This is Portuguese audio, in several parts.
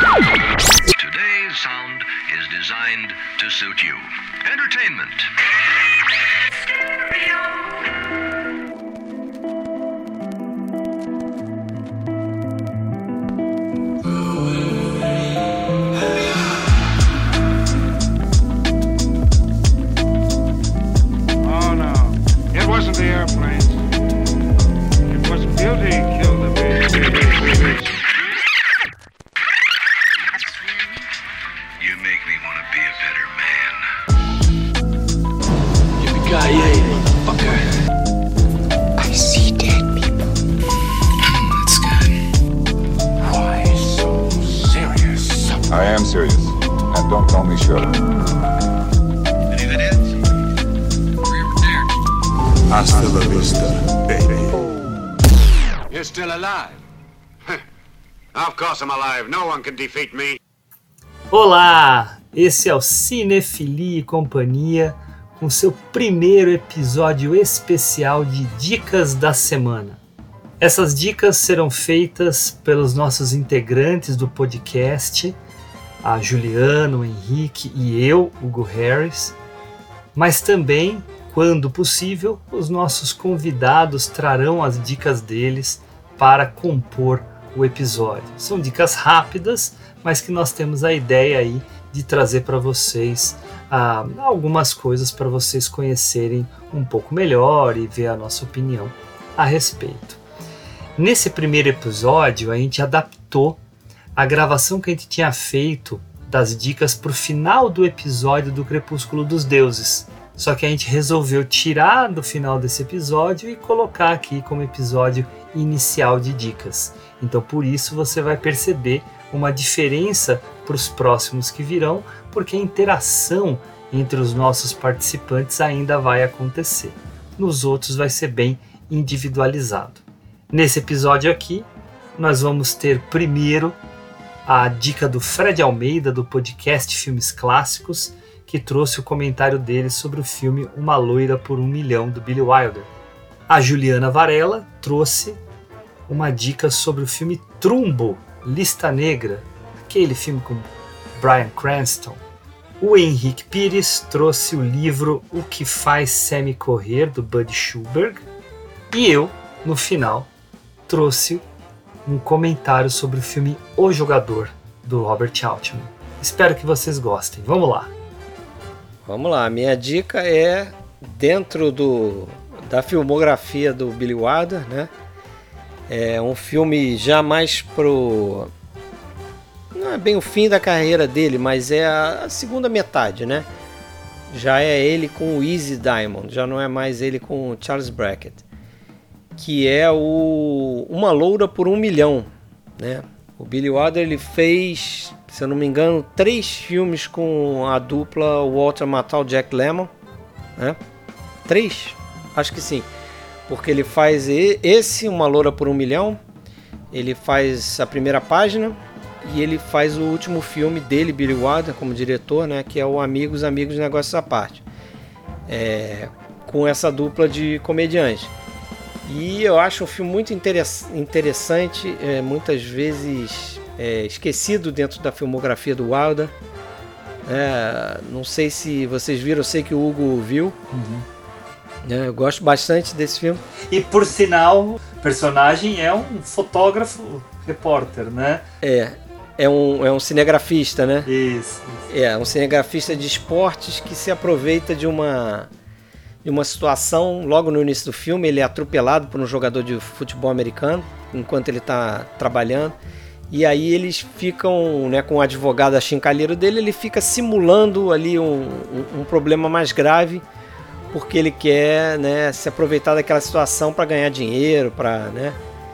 Today's sound is designed to suit you. Entertainment. Oh no, it wasn't the airplanes. It was beauty killed the baby. You make me want to be a better man. Yippee-ki-yay, motherfucker. I see dead people. That's good. Why so serious? I am serious. And don't call me Shirley. Any of it is? Hasta la vista, baby. You're still alive. Of course I'm alive. No one can defeat me. Olá, esse é o Cinefilia e Companhia, com seu primeiro episódio especial de Dicas da Semana. Essas dicas serão feitas pelos nossos integrantes do podcast, a Juliana, o Henrique e eu, Hugo Harris, mas também, quando possível, os nossos convidados trarão as dicas deles para compor o episódio. São dicas rápidas, mas que nós temos a ideia aí de trazer para vocês algumas coisas para vocês conhecerem um pouco melhor e ver a nossa opinião a respeito. Nesse primeiro episódio, a gente adaptou a gravação que a gente tinha feito das dicas para o final do episódio do Crepúsculo dos Deuses. Só que a gente resolveu tirar do final desse episódio e colocar aqui como episódio inicial de dicas. Então por isso você vai perceber uma diferença para os próximos que virão, porque a interação entre os nossos participantes ainda vai acontecer. Nos outros vai ser bem individualizado. Nesse episódio aqui, nós vamos ter primeiro a dica do Fred Almeida, do podcast Filmes Clássicos, que trouxe o comentário dele sobre o filme Uma Loira por 1 Milhão, do Billy Wilder. A Juliana Varela trouxe uma dica sobre o filme Trumbo, Lista Negra, aquele filme com Bryan Cranston. O Henrique Pires trouxe o livro O Que Faz Sammy Correr, do Bud Schulberg. E eu, no final, trouxe um comentário sobre o filme O Jogador, do Robert Altman. Espero que vocês gostem. Vamos lá. Vamos lá, minha dica é dentro da filmografia do Billy Wilder, né? É um filme já mais pro... não é bem o fim da carreira dele, mas é a segunda metade, né? Já é ele com o Easy Diamond, já não é mais ele com o Charles Brackett, que é Uma Loura por 1 Milhão, né? O Billy Wilder, ele fez, se eu não me engano, 3 filmes com a dupla Walter Matthau e Jack Lemmon, né? 3? Acho que sim. Porque ele faz esse, Uma Loura por 1 Milhão, ele faz a primeira página e ele faz o último filme dele, Billy Wilder, como diretor, né? Que é o Amigos, Negócios à Parte. Com essa dupla de comediantes. E eu acho um filme muito interessante, muitas vezes esquecido dentro da filmografia do Wilder. Não sei se vocês viram, eu sei que o Hugo viu. Uhum. Eu gosto bastante desse filme. E por sinal, o personagem é um fotógrafo, repórter, né? É um cinegrafista, né? Isso. É um cinegrafista de esportes que se aproveita de uma situação. Logo no início do filme, ele é atropelado por um jogador de futebol americano enquanto ele está trabalhando. E aí eles ficam, né, com o advogado achincalheiro dele, ele fica simulando ali um problema mais grave, porque ele quer, né, se aproveitar daquela situação para ganhar dinheiro, né?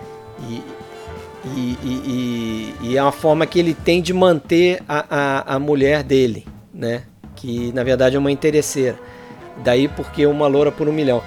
E é uma forma que ele tem de manter a mulher dele, né? Que na verdade é uma interesseira. Daí porque Uma Loura por 1 Milhão.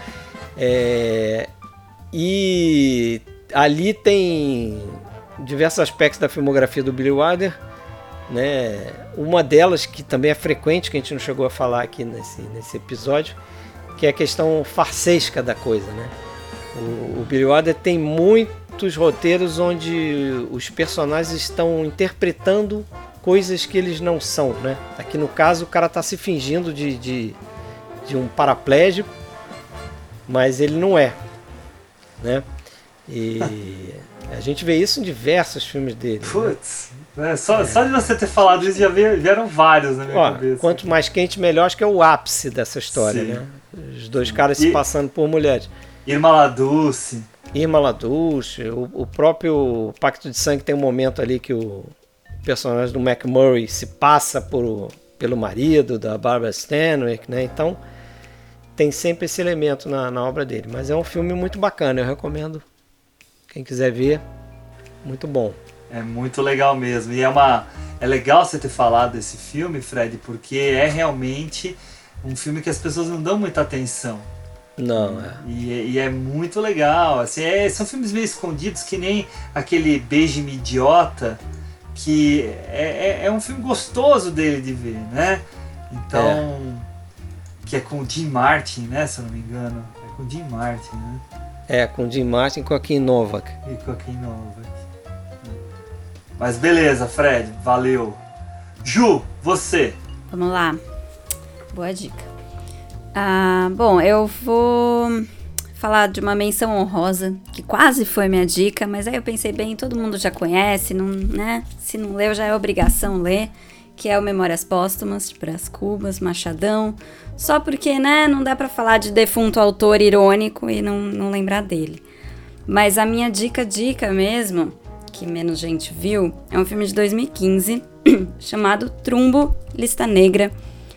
E ali tem diversos aspectos da filmografia do Billy Wilder, né? Uma delas, que também é frequente, que a gente não chegou a falar aqui nesse episódio, que é a questão farsesca da coisa, né? O Billy Wilder tem muitos roteiros onde os personagens estão interpretando coisas que eles não são, né? Aqui no caso o cara tá se fingindo de um paraplégico, mas ele não é, né? E a gente vê isso em diversos filmes dele. Putz, né? Só de você ter falado isso já vieram vários na minha cabeça. Quanto mais quente, melhor, acho que é o ápice dessa história, né? Os dois caras se passando por mulheres. Irma LaDulce, o próprio Pacto de Sangue tem um momento ali que o personagem do McMurray se passa pelo marido da Barbara Stanwyck, né? Então tem sempre esse elemento na obra dele. Mas é um filme muito bacana, eu recomendo. Quem quiser ver, muito bom. É muito legal mesmo. E é legal você ter falado desse filme, Fred, porque é realmente um filme que as pessoas não dão muita atenção. Não, é. E é muito legal. Assim, são filmes meio escondidos, que nem aquele Beije-me Idiota, que é um filme gostoso dele de ver, né? Então, que é com o Jim Martin, né? Se eu não me engano. É com o Jim Martin, né? É, com o Jim Martin e Joaquin Novak. Mas beleza, Fred, valeu. Ju, você. Vamos lá. Boa dica. Bom, eu vou falar de uma menção honrosa, que quase foi minha dica, mas aí eu pensei bem, todo mundo já conhece, não, né? Se não leu, já é obrigação ler, que é o Memórias Póstumas, de Brás Cubas, Machadão, só porque, né, não dá pra falar de defunto autor irônico e não lembrar dele. Mas a minha dica mesmo, que menos gente viu, é um filme de 2015, chamado Trumbo, Lista Negra,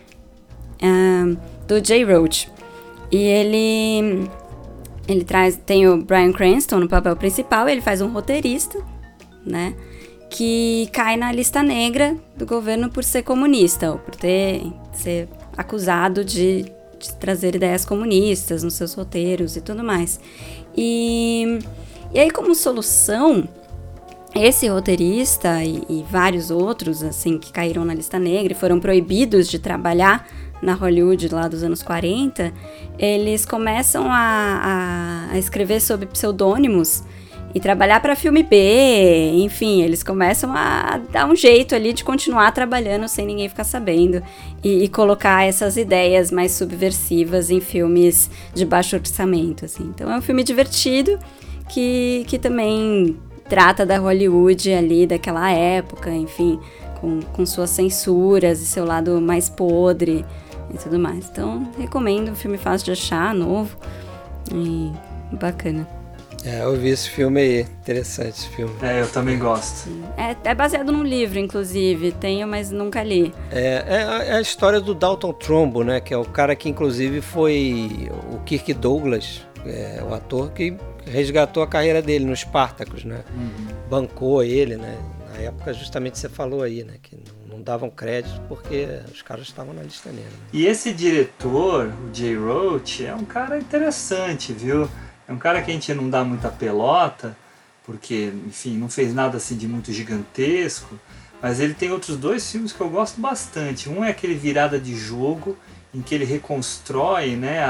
do Jay Roach. E ele tem o Bryan Cranston no papel principal, ele faz um roteirista, né, que cai na lista negra do governo por ser comunista, ou por ser acusado de trazer ideias comunistas nos seus roteiros e tudo mais. E aí, como solução, esse roteirista e vários outros, assim, que caíram na lista negra e foram proibidos de trabalhar na Hollywood lá dos anos 40, eles começam a escrever sob pseudônimos e trabalhar para filme B, enfim, eles começam a dar um jeito ali de continuar trabalhando sem ninguém ficar sabendo e colocar essas ideias mais subversivas em filmes de baixo orçamento, assim. Então é um filme divertido que também trata da Hollywood ali daquela época, enfim, com suas censuras e seu lado mais podre e tudo mais. Então, recomendo, um filme fácil de achar, novo e bacana. Eu vi esse filme aí, interessante esse filme. Eu também gosto. É baseado num livro, inclusive, tenho, mas nunca li. É a história do Dalton Trumbo, né, que é o cara que inclusive foi o Kirk Douglas, o ator que resgatou a carreira dele no Spartacus, né? Bancou ele, né? Na época justamente você falou aí, né, que não davam crédito porque os caras estavam na lista negra. E esse diretor, o Jay Roach, é um cara interessante, viu? É um cara que a gente não dá muita pelota, porque, enfim, não fez nada assim de muito gigantesco, mas ele tem outros dois filmes que eu gosto bastante. Um é aquele Virada de Jogo, em que ele reconstrói, né,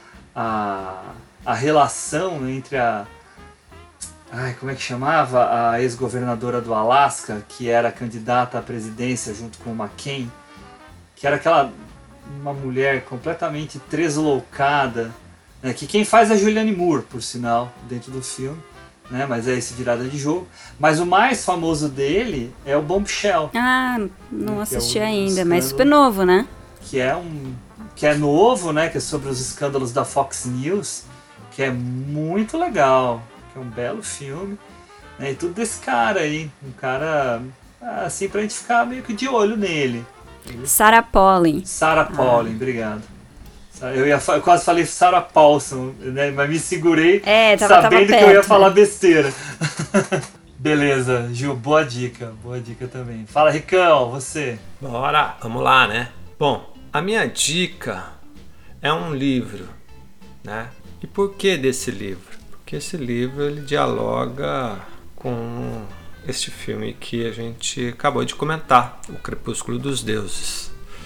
a relação entre como é que chamava? A ex-governadora do Alasca, que era candidata à presidência junto com o McCain, que era uma mulher completamente tresloucada, né, que quem faz é a Julianne Moore, por sinal, dentro do filme, né, mas é esse Virada de Jogo. Mas o mais famoso dele é o Bombshell. Não assisti ainda, mas super novo, né? Que é novo, né, que é sobre os escândalos da Fox News, que é muito legal, que é um belo filme, né, e tudo desse cara aí, um cara, assim, pra gente ficar meio que de olho nele. Sarah Polley. Sarah Polley, obrigado. Eu quase falei Sarah Paulson, né, mas me segurei sabendo que eu ia falar besteira. Beleza, Gil, boa dica também. Fala, Ricão, você. Bora, vamos lá, né? Bom, a minha dica é um livro, né? E por que desse livro? Porque esse livro ele dialoga com este filme que a gente acabou de comentar, O Crepúsculo dos Deuses.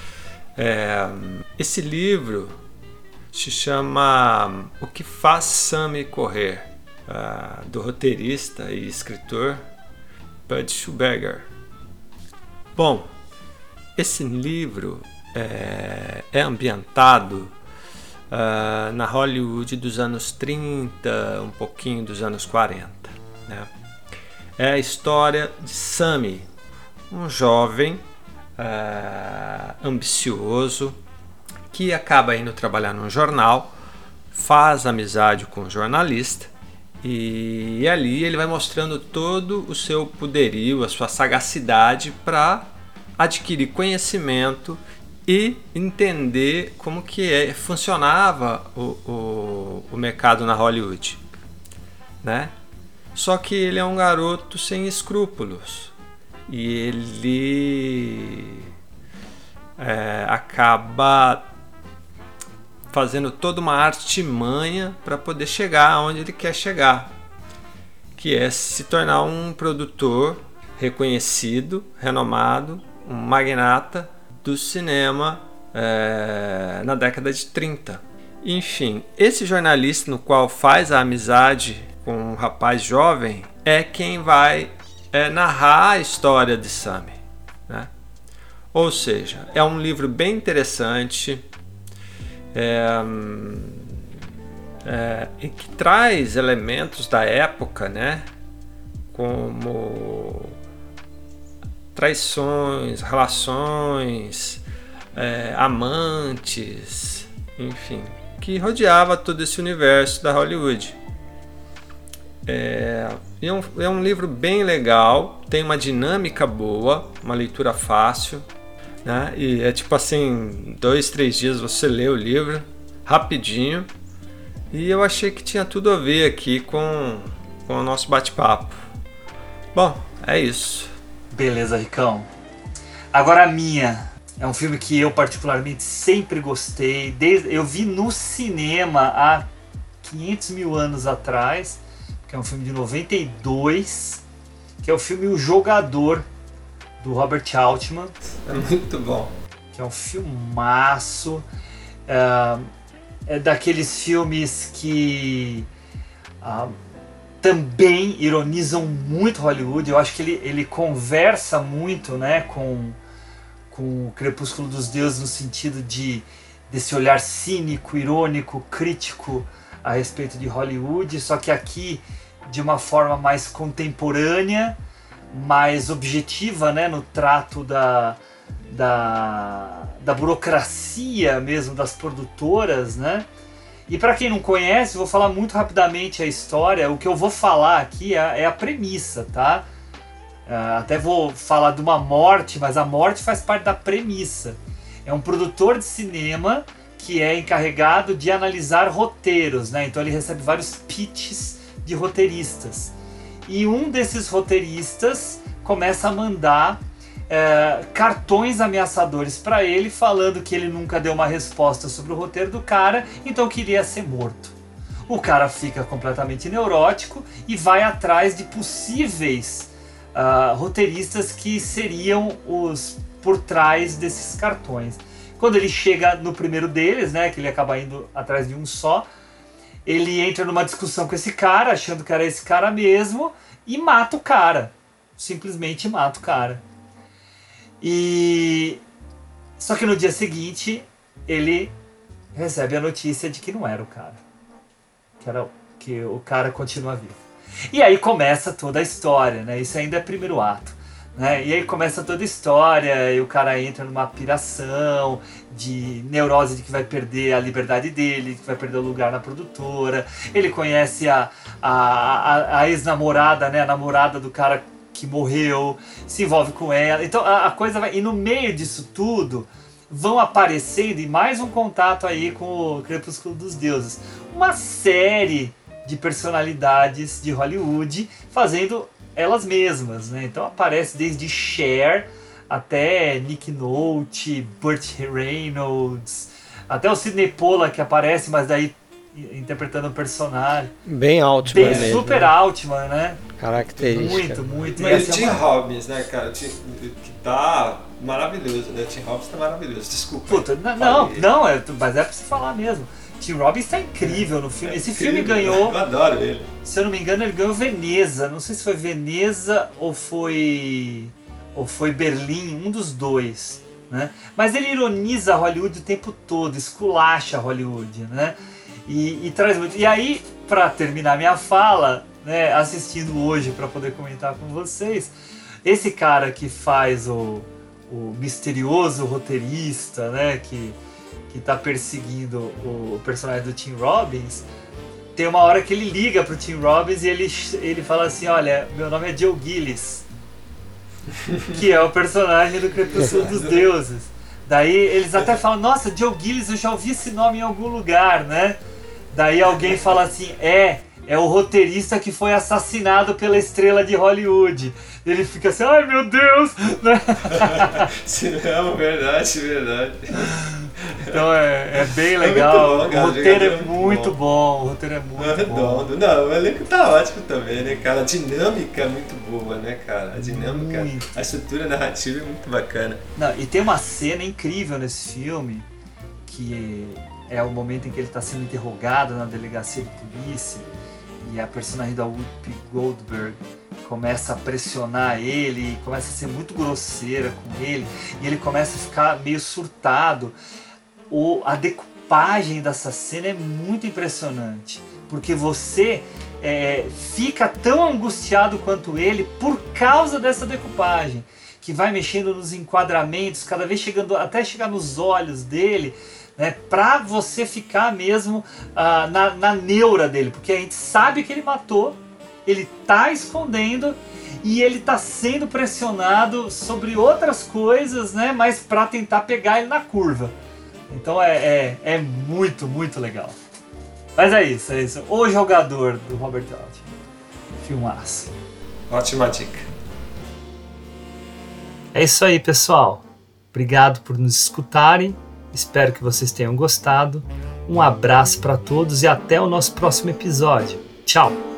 Esse livro se chama O que faz Sammy correr, do roteirista e escritor Bud Schubert. Bom, esse livro é ambientado na Hollywood dos anos 30, um pouquinho dos anos 40. Né? É a história de Sammy, um jovem ambicioso que acaba indo trabalhar num jornal, faz amizade com um jornalista e ali ele vai mostrando todo o seu poderio, a sua sagacidade para adquirir conhecimento e entender como que funcionava o mercado na Hollywood, né? Só que ele é um garoto sem escrúpulos e ele acaba fazendo toda uma artimanha para poder chegar onde ele quer chegar, que é se tornar um produtor reconhecido, renomado, um magnata do cinema na década de 30. Enfim, esse jornalista no qual faz a amizade com um rapaz jovem é quem vai narrar a história de Sammy, né? Ou seja, é um livro bem interessante e que traz elementos da época, né? Como traições, relações, amantes, enfim, que rodeava todo esse universo da Hollywood. É um livro bem legal, tem uma dinâmica boa, uma leitura fácil, né? E é tipo assim, 2-3 dias você lê o livro rapidinho, e eu achei que tinha tudo a ver aqui com o nosso bate-papo. Bom, é isso. Beleza, Ricão. Agora a minha. É um filme que eu particularmente sempre gostei. Eu vi no cinema há 500 mil anos atrás, que é um filme de 92, que é o filme O Jogador, do Robert Altman. É muito bom. Que é um filmaço. É daqueles filmes que também ironizam muito Hollywood. Eu acho que ele conversa muito, né, com o Crepúsculo dos Deuses, no sentido desse olhar cínico, irônico, crítico a respeito de Hollywood, só que aqui de uma forma mais contemporânea, mais objetiva, né, no trato da burocracia mesmo das produtoras, né? E para quem não conhece, vou falar muito rapidamente a história. O que eu vou falar aqui é a premissa, tá? Até vou falar de uma morte, mas a morte faz parte da premissa. É um produtor de cinema que é encarregado de analisar roteiros, né? Então ele recebe vários pitches de roteiristas. E um desses roteiristas começa a mandar cartões ameaçadores para ele, falando que ele nunca deu uma resposta sobre o roteiro do cara, então queria ser morto. O cara fica completamente neurótico e vai atrás de possíveis roteiristas que seriam os por trás desses cartões. Quando ele chega no primeiro deles, né, que ele acaba indo atrás de um só, ele entra numa discussão com esse cara, achando que era esse cara mesmo, e mata o cara. Simplesmente mata o cara. Só que no dia seguinte ele recebe a notícia de que não era o cara, que o cara continua vivo. E aí começa toda a história, né? Isso ainda é primeiro ato, né? E aí começa toda a história e o cara entra numa piração de neurose de que vai perder a liberdade dele, que vai perder o lugar na produtora. Ele conhece a ex-namorada, né? A namorada do cara que morreu, se envolve com ela. Então a coisa vai... E no meio disso tudo vão aparecendo, e mais um contato aí com o Crepúsculo dos Deuses, uma série de personalidades de Hollywood fazendo elas mesmas, né? Então aparece desde Cher até Nick Nolte, Burt Reynolds, até o Sidney Pollack que aparece, mas daí interpretando um personagem bem Altman mesmo, super né? Altman, né? Característica. Muito. Mas o Tim Robbins, né, cara? Que tá maravilhoso, né? O Tim Robbins tá maravilhoso. Desculpa. Puta, mas é pra você falar mesmo. Tim Robbins tá incrível no filme. Esse filme ganhou... Eu adoro ele. Se eu não me engano, ele ganhou Veneza. Não sei se foi Veneza ou foi ou foi Berlim, um dos dois, né? Mas ele ironiza Hollywood o tempo todo, esculacha Hollywood, né? E traz muito. E aí, para terminar minha fala, né, assistindo hoje para poder comentar com vocês, esse cara que faz o misterioso roteirista, né, que tá perseguindo o personagem do Tim Robbins, tem uma hora que ele liga pro Tim Robbins e ele fala assim: olha, meu nome é Joe Gillis, que é o personagem do Crepúsculo dos Deuses. Daí eles até falam: nossa, Joe Gillis, eu já ouvi esse nome em algum lugar, né? Daí alguém fala assim: é o roteirista que foi assassinado pela estrela de Hollywood. Ele fica assim: ai meu Deus! Não, verdade. Então é bem legal. Muito bom, cara. O roteiro é muito bom. O roteiro é muito bom. Não, o elenco tá ótimo também, né, cara? A dinâmica é muito boa, né, cara? A dinâmica, muito. A estrutura narrativa é muito bacana. Não, e tem uma cena incrível nesse filme, que é o momento em que ele está sendo interrogado na delegacia de polícia, e a personagem da Whoopi Goldberg começa a pressionar ele, começa a ser muito grosseira com ele, e ele começa a ficar meio surtado. A decupagem dessa cena é muito impressionante, porque você fica tão angustiado quanto ele por causa dessa decupagem, que vai mexendo nos enquadramentos, cada vez chegando até chegar nos olhos dele, né, pra você ficar mesmo na neura dele, porque a gente sabe que ele matou, ele tá escondendo e ele tá sendo pressionado sobre outras coisas, né, mas pra tentar pegar ele na curva. Então é muito, muito legal. Mas é isso. O Jogador, do Robert Altman. Filmaço. Ótima dica. É isso aí, pessoal. Obrigado por nos escutarem. Espero que vocês tenham gostado. Um abraço para todos e até o nosso próximo episódio. Tchau!